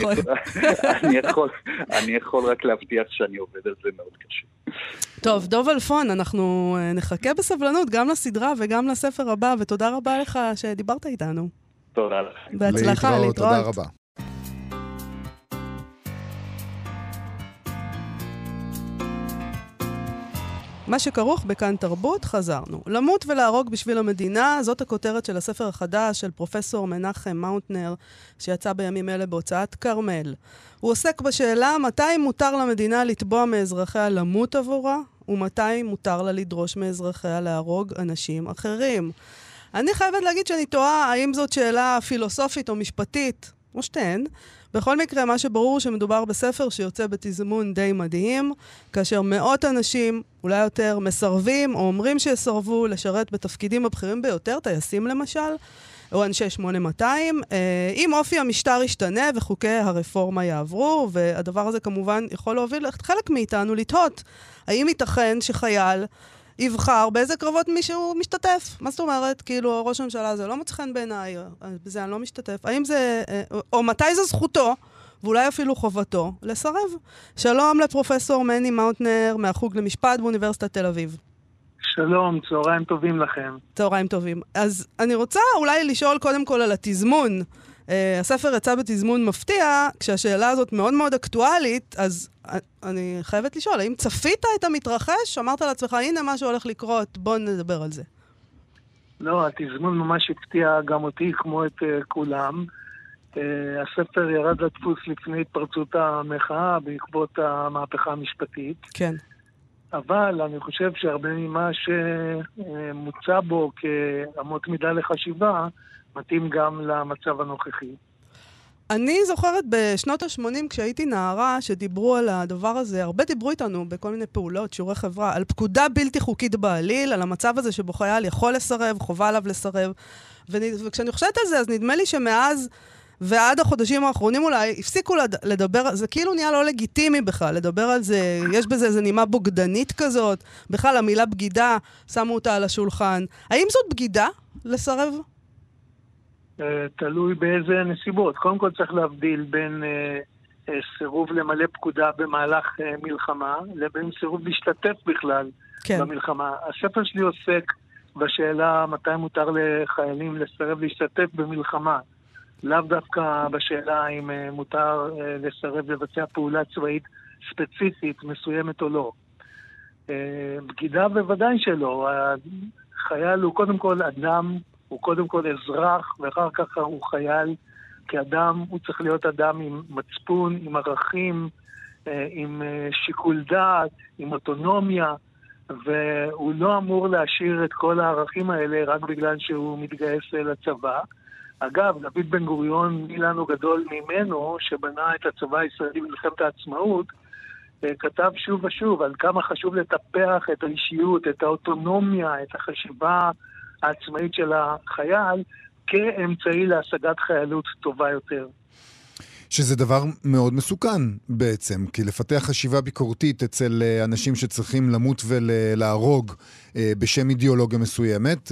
אני יכול רק להבטיח שאני עובד על זה מאוד קשה. טוב, דוב אלפון, אנחנו נחכה בסבלנות גם לסדרה וגם לספר הבא, ותודה רבה לך שדיברת איתנו. תודה לכם. בהצלחה, להתראות. תודה רבה. מה שכרוך בכאן תרבות, חזרנו. למות ולהרוג בשביל המדינה, זאת הכותרת של הספר החדש של פרופסור מנחם מאוטנר, שיצא בימים אלה בהוצאת כרמל. הוא עוסק בשאלה מתי מותר למדינה לתבוע מאזרחיה למות עבורה, ומתי מותר לה לדרוש מאזרחיה להרוג אנשים אחרים. אני חייבת להגיד שאני תוהה האם זאת שאלה פילוסופית או משפטית, או שתיהן. בכל מקרה, מה שברור שמדובר בספר שיוצא בתזמון די מדהים, כאשר מאות אנשים, אולי יותר, מסרבים או אומרים שיסרבו לשרת בתפקידים הבכירים ביותר, טייסים למשל, או אנשי 8200, אם אופי המשטר ישתנה וחוקי הרפורמה יעברו, והדבר הזה כמובן יכול להוביל חלק מאיתנו לתהות, האם ייתכן שחייל יבחר באיזה קרבות מישהו משתתף? מה זאת אומרת? כאילו, ראש הממשלה הזה לא מצחן בעיניי, בזה אני לא משתתף. האם זה, או מתי זה זכותו, ואולי אפילו חובתו, לסרב? שלום לפרופסור מני מאוטנר, מהחוג למשפט באוניברסיטת תל אביב. שלום, צהריים טובים לכם. צהריים טובים. אז אני רוצה אולי לשאול קודם כל על התזמון. הספר יצא בתזמון מפתיע, כשהשאלה הזאת מאוד מאוד אקטואלית, אז אני חייבת לשאול, האם צפית את המתרחש? אמרת לעצמך, הנה מה שהולך לקרות, בוא נדבר על זה. לא, התזמון ממש הפתיע גם אותי, כמו את כולם. הספר ירד לדפוס לפני התפרצות המחאה, בעקבות המהפכה המשפטית. כן. אבל אני חושב שהרבה ממה שמוצע בו כאמות מידה לחשיבה, מתאים גם למצב הנוכחי. אני זוכרת בשנות ה-80, כשהייתי נערה, שדיברו על הדבר הזה, הרבה דיברו איתנו בכל מיני פעולות, שיעורי חברה, על פקודה בלתי חוקית בעליל, על המצב הזה שבו חייל יכול לסרב, חובה עליו לסרב. וכשאני חושבת על זה, אז נדמה לי שמאז ועד החודשים האחרונים אולי הפסיקו לדבר, זה כאילו נהיה לא לגיטימי בכלל, לדבר על זה, יש בזה איזו נימה בוגדנית כזאת, בכלל המילה בגידה, שמו אותה על השולחן. האם זאת בגידה לסרב? תלוי באיזה נסיבות. קודם כל צריך להבדיל בין סירוב למלא פקודה במהלך מלחמה, לבין סירוב להשתתף בכלל במלחמה. הספר שלי עוסק בשאלה מתי מותר לחיילים לסרב להשתתף במלחמה. לאו דווקא בשאלה אם מותר לסרב לבצע פעולה צבאית ספציפית, מסוימת או לא. בגידה בוודאי שלא. החייל הוא קודם כל אדם, הוא קודם כל אזרח, ואחר כך הוא חייל. כאדם הוא צריך להיות אדם עם מצפון, עם ערכים, עם שיקול דעת, עם אוטונומיה, והוא לא אמור להשאיר את כל הערכים האלה רק בגלל שהוא מתגייס לצבא. אגב, דוד בן גוריון, מי לנו גדול ממנו, שבנה את הצבא הישראלי במלחמת העצמאות, כתב שוב ושוב על כמה חשוב לטפח את האישיות, את האוטונומיה, את החשיבה העצמאית של החייל, כאמצעי להשגת חיילות טובה יותר. שזה דבר מאוד מסוכן בעצם, כי לפתח חשיבה ביקורתית אצל אנשים שצריכים למות ולהרוג בשם אידיאולוגיה מסוימת,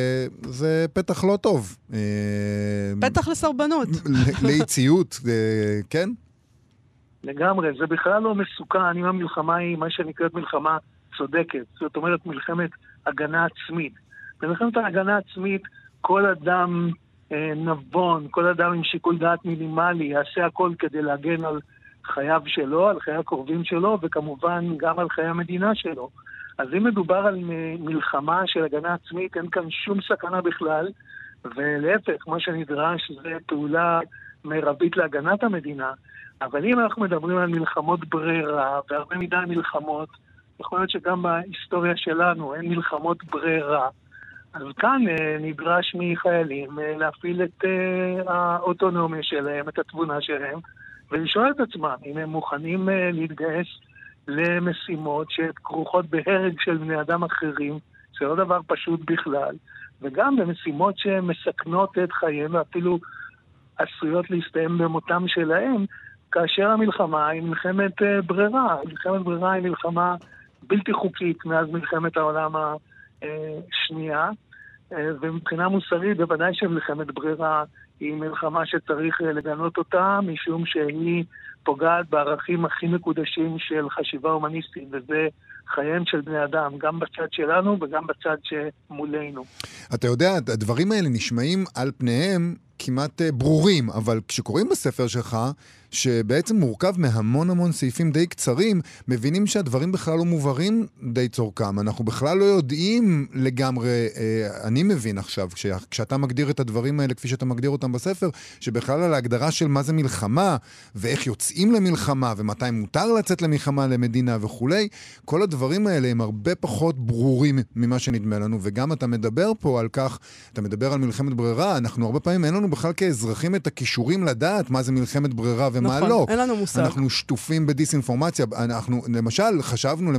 זה פתח לא טוב. פתח לסרבנות. לאיציות, כן? לגמרי, זה בכלל לא מסוכן, אם המלחמה היא מה שנקראת מלחמה צודקת, זאת אומרת מלחמת הגנה עצמית. במלחמת ההגנה עצמית כל אדם נבון, כל אדם עם שיקול דעת מינימלי, יעשה הכל כדי להגן על חייו שלו, על חיי הקרובים שלו, וכמובן גם על חיי המדינה שלו. אז אם מדובר על מלחמה של הגנה עצמית, אין כאן שום סכנה בכלל, ולהפך, מה שנדרש זה פעולה מרבית להגנת המדינה. אבל אם אנחנו מדברים על מלחמות ברירה, והרבה מדי מלחמות, יכול להיות שגם בהיסטוריה שלנו אין מלחמות ברירה, אז כאן נדרש מחיילים להפעיל את האוטונומיה שלהם, את התבונה שלהם, ולשאול את עצמם אם הם מוכנים להתגייס למשימות שכרוכות בהרג של בני אדם אחרים, זה לא דבר פשוט בכלל, וגם במשימות שמסכנות את חייהם ואפילו עשויות להסתיים במותם שלהם, כאשר המלחמה היא מלחמת ברירה. מלחמת ברירה היא מלחמה בלתי חוקית מאז מלחמת העולם השנייה, ומבחינה מוסרית בוודאי שמלחמת ברירה היא מלחמה שצריך לגנות אותה, משום שהיא פוגעת בערכים הכי מקודשים של חשיבה הומניסטית, וזה חייהם של בני אדם, גם בצד שלנו וגם בצד שמולנו. אתה יודע, הדברים האלה נשמעים על פניהם כמעט ברורים, אבל כשקוראים בספר שלך, שבעצם מורכב מהמון סעיפים די קצרים, מבינים שהדברים בכלל לא מובהרים די צורכם. אנחנו בכלל לא יודעים לגמרי, אני מבין עכשיו, כשאתה מגדיר את הדברים האלה כפי שאתה מגדיר אותם בספר, שבכלל על ההגדרה של מה זה מלחמה, ואיך יוצאים למלחמה, ומתי מותר לצאת למלחמה למדינה וכולי, כל הדברים האלה הם הרבה פחות ברורים ממה שנדמה לנו, וגם אתה מדבר פה על כך, אתה מדבר על מלחמת ברירה, אנחנו הרבה פעמים אין לנו בכלל כאזרחים את הכישורים לדעת מה זה מלחמת ברירה ומה נכון, לא. אין לנו מושג. אנחנו שטופים בדיסאינפורמציה. אנחנו, למשל, חשבנו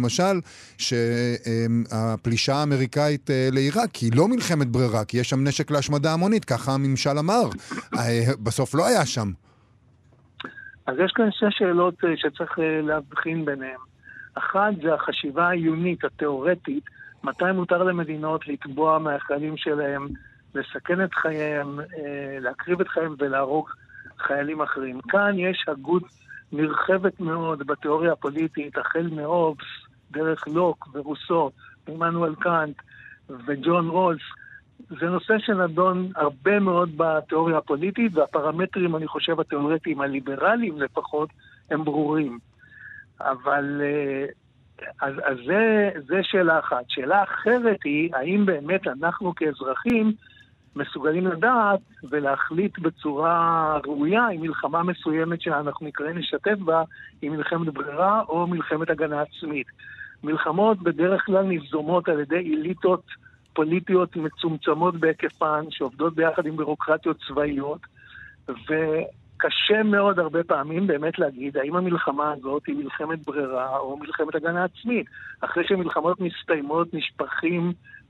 שהפלישה האמריקאית לעיראק היא לא מלחמת ברירה, כי יש שם נשק להשמדה המונית, ככה הממשל אמר. בסוף לא היה שם. אז יש כאן שתי שאלות שצריך להבחין ביניהם. אחת זה החשיבה העיונית, התיאורטית, מתי מותר למדינות לתבוע מהחיילים שלהם, לסכן את חייהם, להקריב את חייהם ולהרוג חיילים אחרים. כאן יש הגות נרחבת מאוד בתיאוריה הפוליטית, החל מאובס, דרך לוק ורוסו, עמנואל קאנט וג'ון רולס. זה נושא שנדון הרבה מאוד בתיאוריה הפוליטית, והפרמטרים, אני חושב, התיאורטיים הליברליים לפחות, הם ברורים. אבל אז זה שאלה אחת. שאלה אחרת היא, האם באמת אנחנו כאזרחים מסוגלים לדעת ולהחליט בצורה ראויה עם מלחמה מסוימת שאנחנו נקראים לשתף בה, עם מלחמת ברירה או מלחמת הגנה עצמית. מלחמות בדרך כלל נזומות על ידי אליטות פוליטיות מצומצמות בהיקפן, שעובדות ביחד עם בירוקרטיות צבאיות, וקשה מאוד הרבה פעמים באמת להגיד האם המלחמה הזאת היא מלחמת ברירה או מלחמת הגנה עצמית. אחרי שמלחמות מסתיימות, נשפכים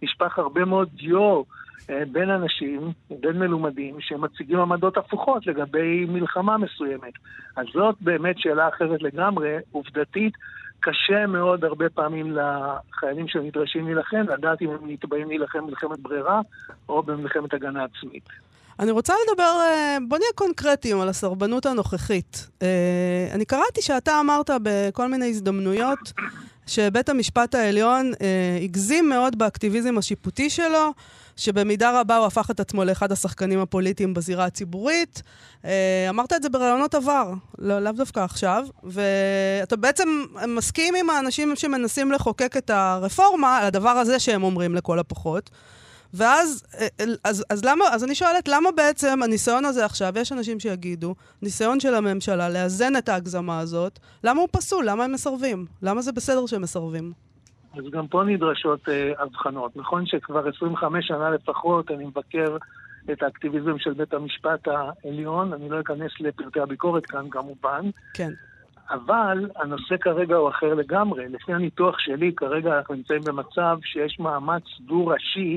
נשפך הרבה מאוד דיו בין אנשים, בין מלומדים, שמציגים עמדות הפוכות לגבי מלחמה מסוימת. אז זאת באמת שאלה אחרת לגמרי, עובדתית, קשה מאוד הרבה פעמים לחיילים שנדרשים להילחם, לדעת אם הם נתבעים להילחם מלחמת ברירה או במלחמת הגנה עצמית. אני רוצה לדבר, בוא נהיה קונקרטיים על הסרבנות הנוכחית. אני קראתי שאתה אמרת בכל מיני הזדמנויות שבית המשפט העליון הגזים מאוד באקטיביזם השיפוטי שלו, שבמידה רבה הוא הפך את עצמו לאחד השחקנים הפוליטיים בזירה הציבורית. אמרת את זה ברעיונות עבר, לאו דווקא עכשיו, ואתה בעצם מסכים עם האנשים שמנסים לחוקק את הרפורמה על הדבר הזה שהם אומרים לכל הפחות. ואז, אז אני שואלת, למה בעצם הניסיון הזה עכשיו, יש אנשים שיגידו, ניסיון של הממשלה לאזן את ההגזמה הזאת, למה הוא פסול? למה הם מסרבים? למה זה בסדר שהם מסרבים? אז גם פה נדרשות הבחנות. נכון שכבר 25 שנה לפחות אני מבקר את האקטיביזם של בית המשפט העליון, אני לא אכנס לפרטי הביקורת כאן כמובן. כן. אבל הנושא כרגע הוא אחר לגמרי. לפי הניתוח שלי, כרגע אנחנו נמצאים במצב שיש מאמץ דו-ראשי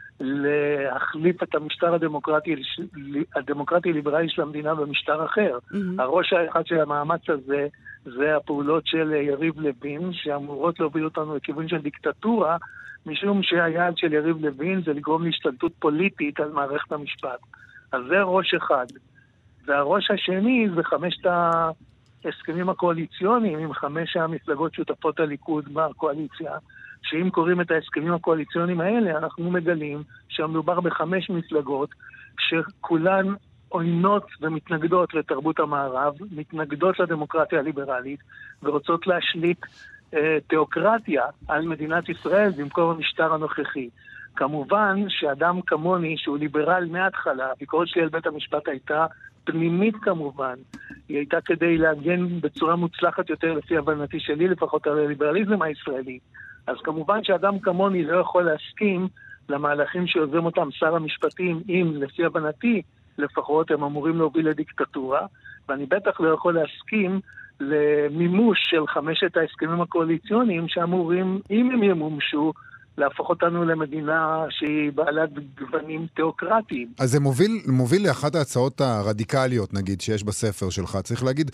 להחליף את המשטר הדמוקרטי-ליברלי של המדינה במשטר אחר. הראש האחד של המאמץ הזה זה הפעולות של יריב לוין, שאמורות להוביל אותנו לכיוון של דיקטטורה, משום שהיעד של יריב לוין זה לגרום להשתלטות פוליטית על מערכת המשפט. אז זה ראש אחד. והראש השני זה 5 ההסכמים הקואליציוניים עם 5 המפלגות שותפות הליכוד בקואליציה, שאם קוראים את ההסכמים הקואליציוניים האלה, אנחנו מגלים שמדובר ב5 מפלגות שכולן עוינות ומתנגדות לתרבות המערב, מתנגדות לדמוקרטיה הליברלית, ורוצות להשליט תיאוקרטיה על מדינת ישראל במקום המשטר הנוכחי. כמובן שאדם כמוני, שהוא ליברל מההתחלה, הביקורת שלי על בית המשפט הייתה פנימית כמובן, היא הייתה כדי להגן בצורה מוצלחת יותר לפי הבנתי שלי, לפחות על הליברליזם הישראלי. אז כמובן שאדם כמוני לא יכול להסכים למהלכים שיוזם אותם שר המשפטים, אם לפי הבנתי לפחות הם אמורים להוביל לדיקטטורה, ואני בטח לא יכול להסכים למימוש של 5 ההסכמים הקואליציוניים שאמורים, אם הם ימומשו, להפוך אותנו למדינה שהיא בעלת גוונים תיאוקרטיים. אז זה מוביל לאחת ההצעות הרדיקליות, נגיד, שיש בספר שלך. צריך להגיד,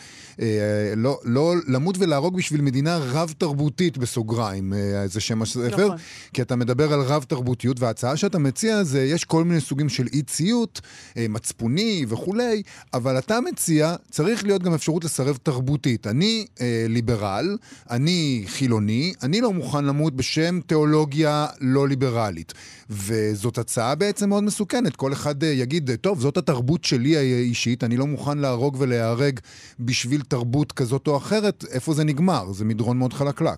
לא למות ולהרוג בשביל מדינה רב-תרבותית בסוגריים, זה שם הספר, נכון. כי אתה מדבר על רב-תרבותיות, וההצעה שאתה מציע זה, יש כל מיני סוגים של אי-ציות, מצפוני וכולי, אבל אתה מציע, צריך להיות גם אפשרות לסרב תרבותית. אני ליברל, אני חילוני, אני לא מוכן למות בשם תיאולוגיה לא ליברלית. וזאת הצעה בעצם מאוד מסוכנת. כל אחד יגיד, טוב, זאת התרבות שלי האישית, אני לא מוכן להרוג ולהיהרג בשביל תרבות כזאת או אחרת. איפה זה נגמר? זה מדרון מאוד חלקלק.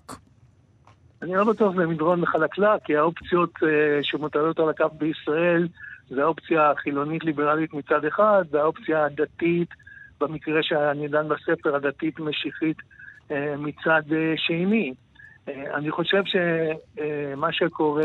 אני לא בטוח זה מדרון חלקלק, כי האופציות שמוטלות על הכף בישראל זה האופציה החילונית ליברלית מצד אחד, והאופציה הדתית, במקרה שאני דן בספר, הדתית משיחית מצד שני. אני חושב שמה שקורה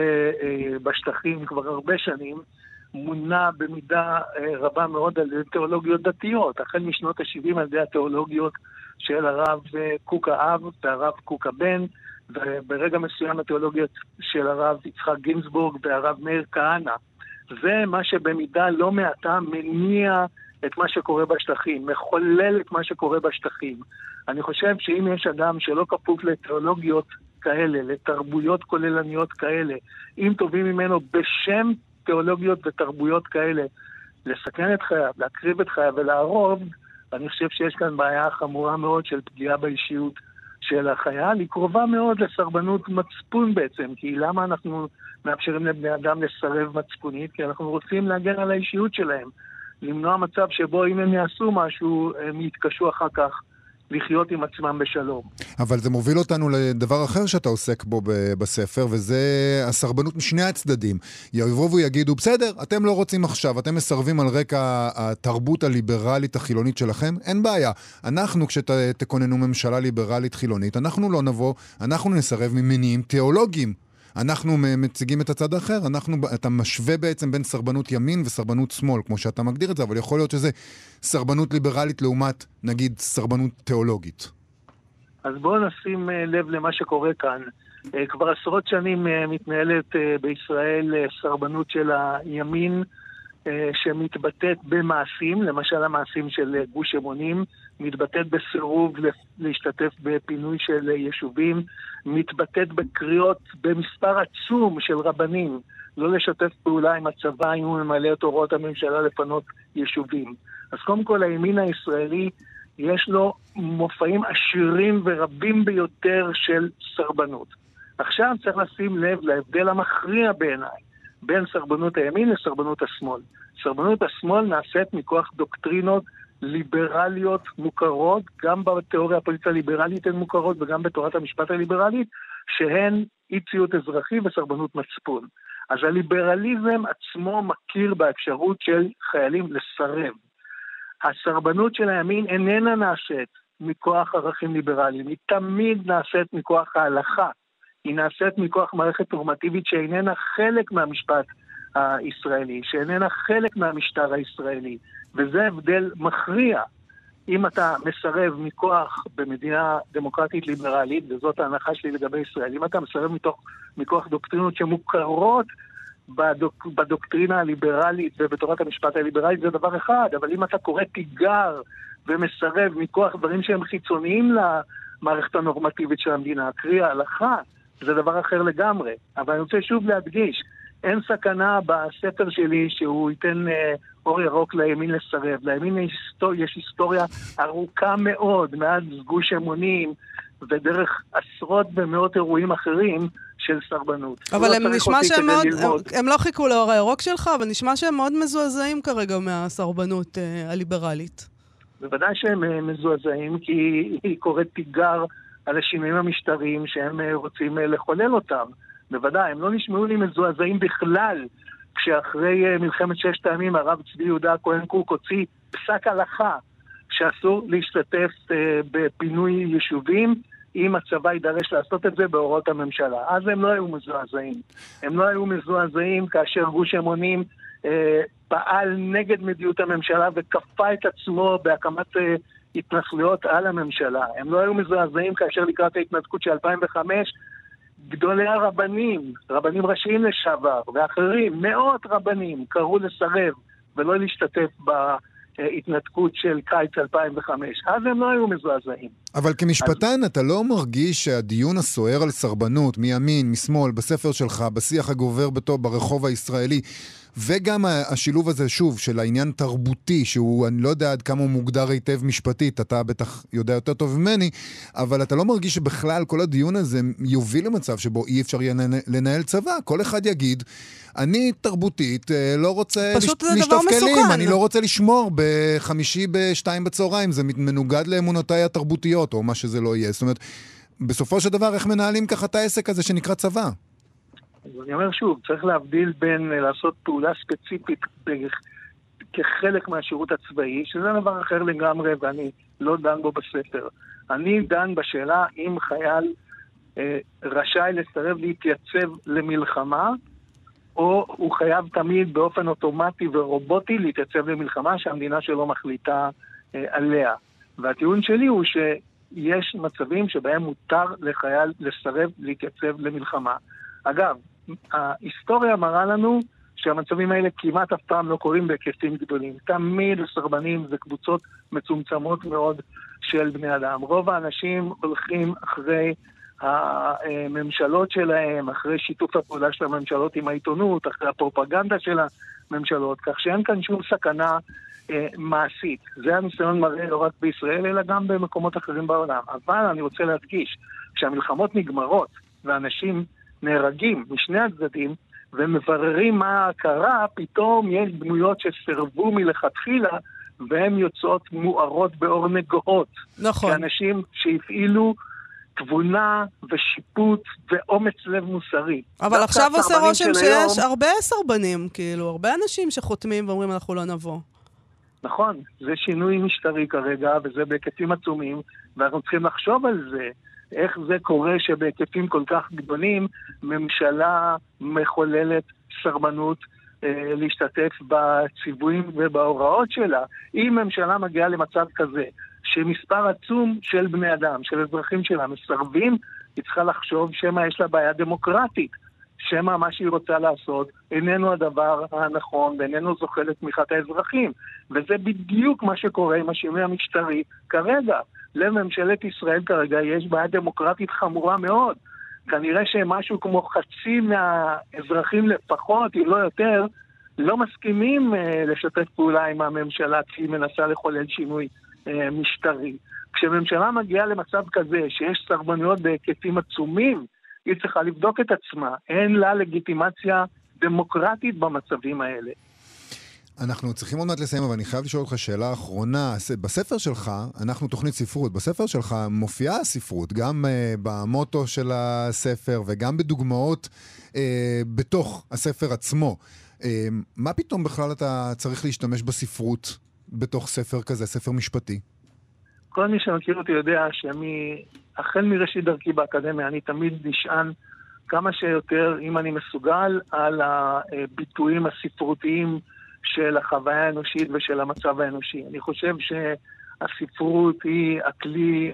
בשטחים כבר הרבה שנים מונע במידה רבה מאוד על תיאולוגיות דתיות, החל משנות ה-70 על ידי התיאולוגיות של הרב קוק האב והרב קוק הבן, וברגע מסוים התיאולוגיות של הרב יצחק גינזבורג והרב מאיר כהנא. זה מה שבמידה לא מעטה מניע את מה שקורה בשטחים, מחולל את מה שקורה בשטחים. אני חושב שאם יש אדם שלא כפוף לתיאולוגיות כאלה, לתרבויות כוללניות כאלה, אם טובים ממנו בשם תיאולוגיות ותרבויות כאלה, לסכן את חייו, להקריב את חייו ולהרוג, אני חושב שיש כאן בעיה חמורה מאוד של פגיעה באישיות של החייל, היא קרובה מאוד לסרבנות מצפון בעצם, כי למה אנחנו מאפשרים לבני אדם לסרב מצפונית? כי אנחנו רוצים להגן על האישיות שלהם, למנוע מצב שבו אם הם יעשו משהו, הם יתקשו אחר כך לחיות עם עצמם בשלום. אבל זה מוביל אותנו לדבר אחר שאתה עוסק בו בספר, וזה הסרבנות משני הצדדים. יבואו ויגידו, בסדר, אתם לא רוצים עכשיו, אתם מסרבים על רקע התרבות הליברלית החילונית שלכם, אין בעיה. אנחנו, כשתכוננו ממשלה ליברלית חילונית, אנחנו לא נבוא, אנחנו נסרב ממניעים תיאולוגיים. אנחנו מציגים את הצד האחר, אתה משווה בעצם בין סרבנות ימין וסרבנות שמאל, כמו שאתה מגדיר את זה, אבל יכול להיות שזה סרבנות ליברלית לעומת, נגיד, סרבנות תיאולוגית. אז בואו נשים לב למה שקורה כאן. כבר עשרות שנים מתנהלת בישראל סרבנות של הימין, שמתבטאת במעשים, למשל המעשים של גוש אמונים, מתבטאת בסירוב להשתתף בפינוי של יישובים, מתבטאת בקריאות במספר עצום של רבנים, לא לשתף פעולה עם הצבא אם הוא ממלא את הוראות הממשלה לפנות יישובים. אז קודם כל הימין הישראלי יש לו מופעים עשירים ורבים ביותר של סרבנות. עכשיו צריך לשים לב להבדל המכריע בעיניי בין סרבנות הימין לסרבנות השמאל. סרבנות השמאל נעשית מכוח דוקטרינות ליברליות מוכרות, גם בתיאוריה הפוליטית הליברלית הן מוכרות וגם בתורת המשפט הליברלית, שהן אי ציות אזרחי וסרבנות מצפון. אז הליברליזם עצמו מכיר באפשרות של חיילים לסרב. הסרבנות של הימין איננה נעשית מכוח ערכים ליברליים, היא תמיד נעשית מכוח ההלכה, היא נעשית מכוח מערכת נורמטיבית שאיננה חלק מהמשפט הישראלי, שאיננה חלק מהמשטר הישראלי, וזה הבדל מכריע. אם אתה מסרב מכוח במדינה דמוקרטית ליברלית, וזאת ההנחה שלי לגבי ישראל, אם אתה מסרב מכוח דוקטרינות שמוכרות בדוקטרינה הליברלית ובתורת המשפט הליברלית, זה דבר אחד, אבל אם אתה קורא תיגר ומסרב מכוח דברים שהם חיצוניים למערכת הנורמטיבית של המדינה, קרי ההלכה, זה דבר אחר לגמרי. אבל אני רוצה שוב להדגיש, אין סכנה בספר שלי שהוא ייתן אור ירוק לימין לסרב. לימין יש היסטוריה ארוכה מאוד, מאז גוש אמונים ודרך עשרות ומאות אירועים אחרים של סרבנות. אבל הם נשמע שהם מאוד, הם לא חיכו לאור הירוק שלך, אבל נשמע שהם מאוד מזועזעים כרגע מהסרבנות הליברלית. בוודאי שהם מזועזעים, כי היא קוראת תיגר על השינויים המשטריים שהם רוצים לחולל אותם. בוודאי, הם לא נשמעו לי מזועזעים בכלל, כשאחרי מלחמת 6 הימים הרב צבי יהודה הכהן קוק הוציא פסק הלכה שאסור להשתתף בפינוי יישובים, אם הצבא יידרש לעשות את זה בהוראות הממשלה. אז הם לא היו מזועזעים. הם לא היו מזועזעים כאשר גוש אמונים פעל נגד מדיניות הממשלה וכפה את עצמו בהקמת התנחלויות על הממשלה. הם לא היו מזועזעים כאשר לקראת ההתנתקות של 2005, גדולי הרבנים, רבנים ראשיים לשעבר ואחרים, מאות רבנים קראו לסרב ולא להשתתף בהתנתקות של קיץ 2005. אז הם לא היו מזועזעים. אבל כמשפטן אתה לא מרגיש שהדיון הסוער על סרבנות מימין, משמאל, בספר שלך, בשיח הגובר ברחוב הישראלי, וגם השילוב הזה שוב של העניין תרבותי, שהוא אני לא יודע עד כמה הוא מוגדר היטב משפטית, אתה בטח יודע יותר טוב ממני, אבל אתה לא מרגיש שבכלל כל הדיון הזה יוביל למצב שבו אי אפשר יהיה לנהל צבא. כל אחד יגיד, אני תרבותית לא רוצה לשטוף כלים, אני לא רוצה לשמור בחמישי בשתיים בצהריים, זה מנוגד לאמונותיי התרבותיות או מה שזה לא יהיה. זאת אומרת, בסופו של דבר איך מנהלים ככה את העסק הזה שנקרא צבא? אז אני אומר שוב, צריך להבדיל בין לעשות פעולה ספציפית כחלק מהשירות הצבאי, שזה דבר אחר לגמרי ואני לא דן בו בספר. אני דן בשאלה אם חייל רשאי לסרב להתייצב למלחמה, או הוא חייב תמיד באופן אוטומטי ורובוטי להתייצב למלחמה שהמדינה שלו מחליטה עליה. והטיעון שלי הוא שיש מצבים שבהם מותר לחייל לסרב להתייצב למלחמה. אגב, ההיסטוריה מראה לנו שהמצבים האלה כמעט אף פעם לא קורים בהיקפים גדולים. תמיד הסרבנים זה קבוצות מצומצמות מאוד של בני אדם. רוב האנשים הולכים אחרי הממשלות שלהם, אחרי שיתוף הפעולה של הממשלות עם העיתונות, אחרי הפרופגנדה של הממשלות, כך שאין כאן שום סכנה מעשית. זה הניסיון מראה לא רק בישראל, אלא גם במקומות אחרים בעולם. אבל אני רוצה להדגיש, כשהמלחמות נגמרות ואנשים נהרגים משני הצדדים, ומבררים מה קרה, פתאום יש דמויות שסרבו מלכתחילה, והן יוצאות מוארות באור נגוהות. נכון. כאנשים שהפעילו תבונה ושיפוט ואומץ לב מוסרי. אבל עכשיו עושה רושם שיש הרבה סרבנים, כאילו, הרבה אנשים שחותמים ואומרים אנחנו לא נבוא. נכון, זה שינוי משטרי כרגע, וזה בהיקפים עצומים, ואנחנו צריכים לחשוב על זה. איך זה קורה שבהיקפים כל כך גדולים ממשלה מחוללת סרבנות להשתתף בציוויים ובהוראות שלה. אם ממשלה מגיעה למצב כזה שמספר עצום של בני אדם, של אזרחים שלה, מסרבים היא צריכה לחשוב שמה יש לה בעיה דמוקרטית, שמה מה שהיא רוצה לעשות איננו הדבר הנכון ואיננו זוכה לתמיכת האזרחים. וזה בדיוק מה שקורה עם השינוי המשטרי כרגע. לממשלת ישראל כרגע יש בעיה דמוקרטית חמורה מאוד. כנראה שמשהו כמו חצי מהאזרחים לפחות, אם לא יותר, לא מסכימים לשתף פעולה עם הממשלה כשהיא מנסה לחולל שינוי משטרי. כשממשלה מגיעה למצב כזה שיש סרבנויות בהיקפים עצומים, היא צריכה לבדוק את עצמה. אין לה לגיטימציה דמוקרטית במצבים האלה. אנחנו צריכים עוד מעט לסיים, אבל אני חייב לשאול אותך שאלה אחרונה. בספר שלך, אנחנו תוכנית ספרות, בספר שלך מופיעה הספרות, גם במוטו של הספר וגם בדוגמאות בתוך הספר עצמו. מה פתאום בכלל אתה צריך להשתמש בספרות בתוך ספר כזה, ספר משפטי? כל מי שמכיר אותי יודע החל מראשית דרכי באקדמיה, אני תמיד נשען כמה שיותר, אם אני מסוגל, על הביטויים הספרותיים של החוויה האנושית ושל המצב האנושי. אני חושב שהספרות היא הכלי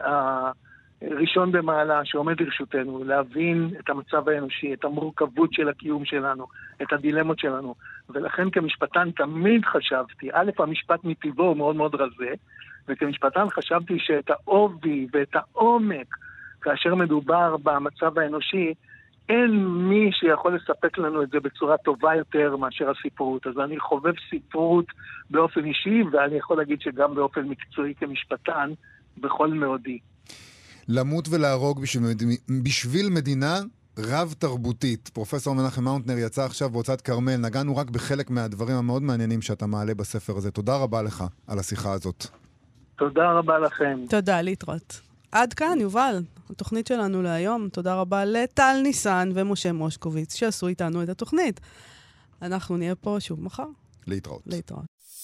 הראשון במעלה שעומד לרשותנו, להבין את המצב האנושי, את המורכבות של הקיום שלנו, את הדילמות שלנו. ולכן כמשפטן תמיד חשבתי, המשפט מטבעו הוא מאוד מאוד רזה, וכמשפטן חשבתי שאת העובי ואת העומק, כאשר מדובר במצב האנושי, אין מי שיכול לספק לנו את זה בצורה טובה יותר מאשר הספרות. אז אני חובב ספרות באופן אישי, ואני יכול להגיד שגם באופן מקצועי כמשפטן, בכל מאודי. למות ולהרוג בשביל מדינה רב תרבותית. פרופסור מנחם מאונטנר יצא עכשיו בהוצאת כרמל. נגענו רק בחלק מהדברים המאוד מעניינים שאתה מעלה בספר הזה. תודה רבה לך על השיחה הזאת. תודה רבה לכם. תודה, להתראות. עד כאן, יובל, התוכנית שלנו להיום. תודה רבה לטל ניסן ומשה מושקוביץ שעשו איתנו את התוכנית. אנחנו נהיה פה שוב מחר. להתראות. להתראות.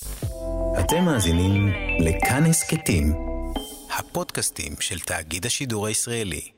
אתם מאזינים לכאן הסכתים, הפודקאסטים של תאגיד השידור הישראלי.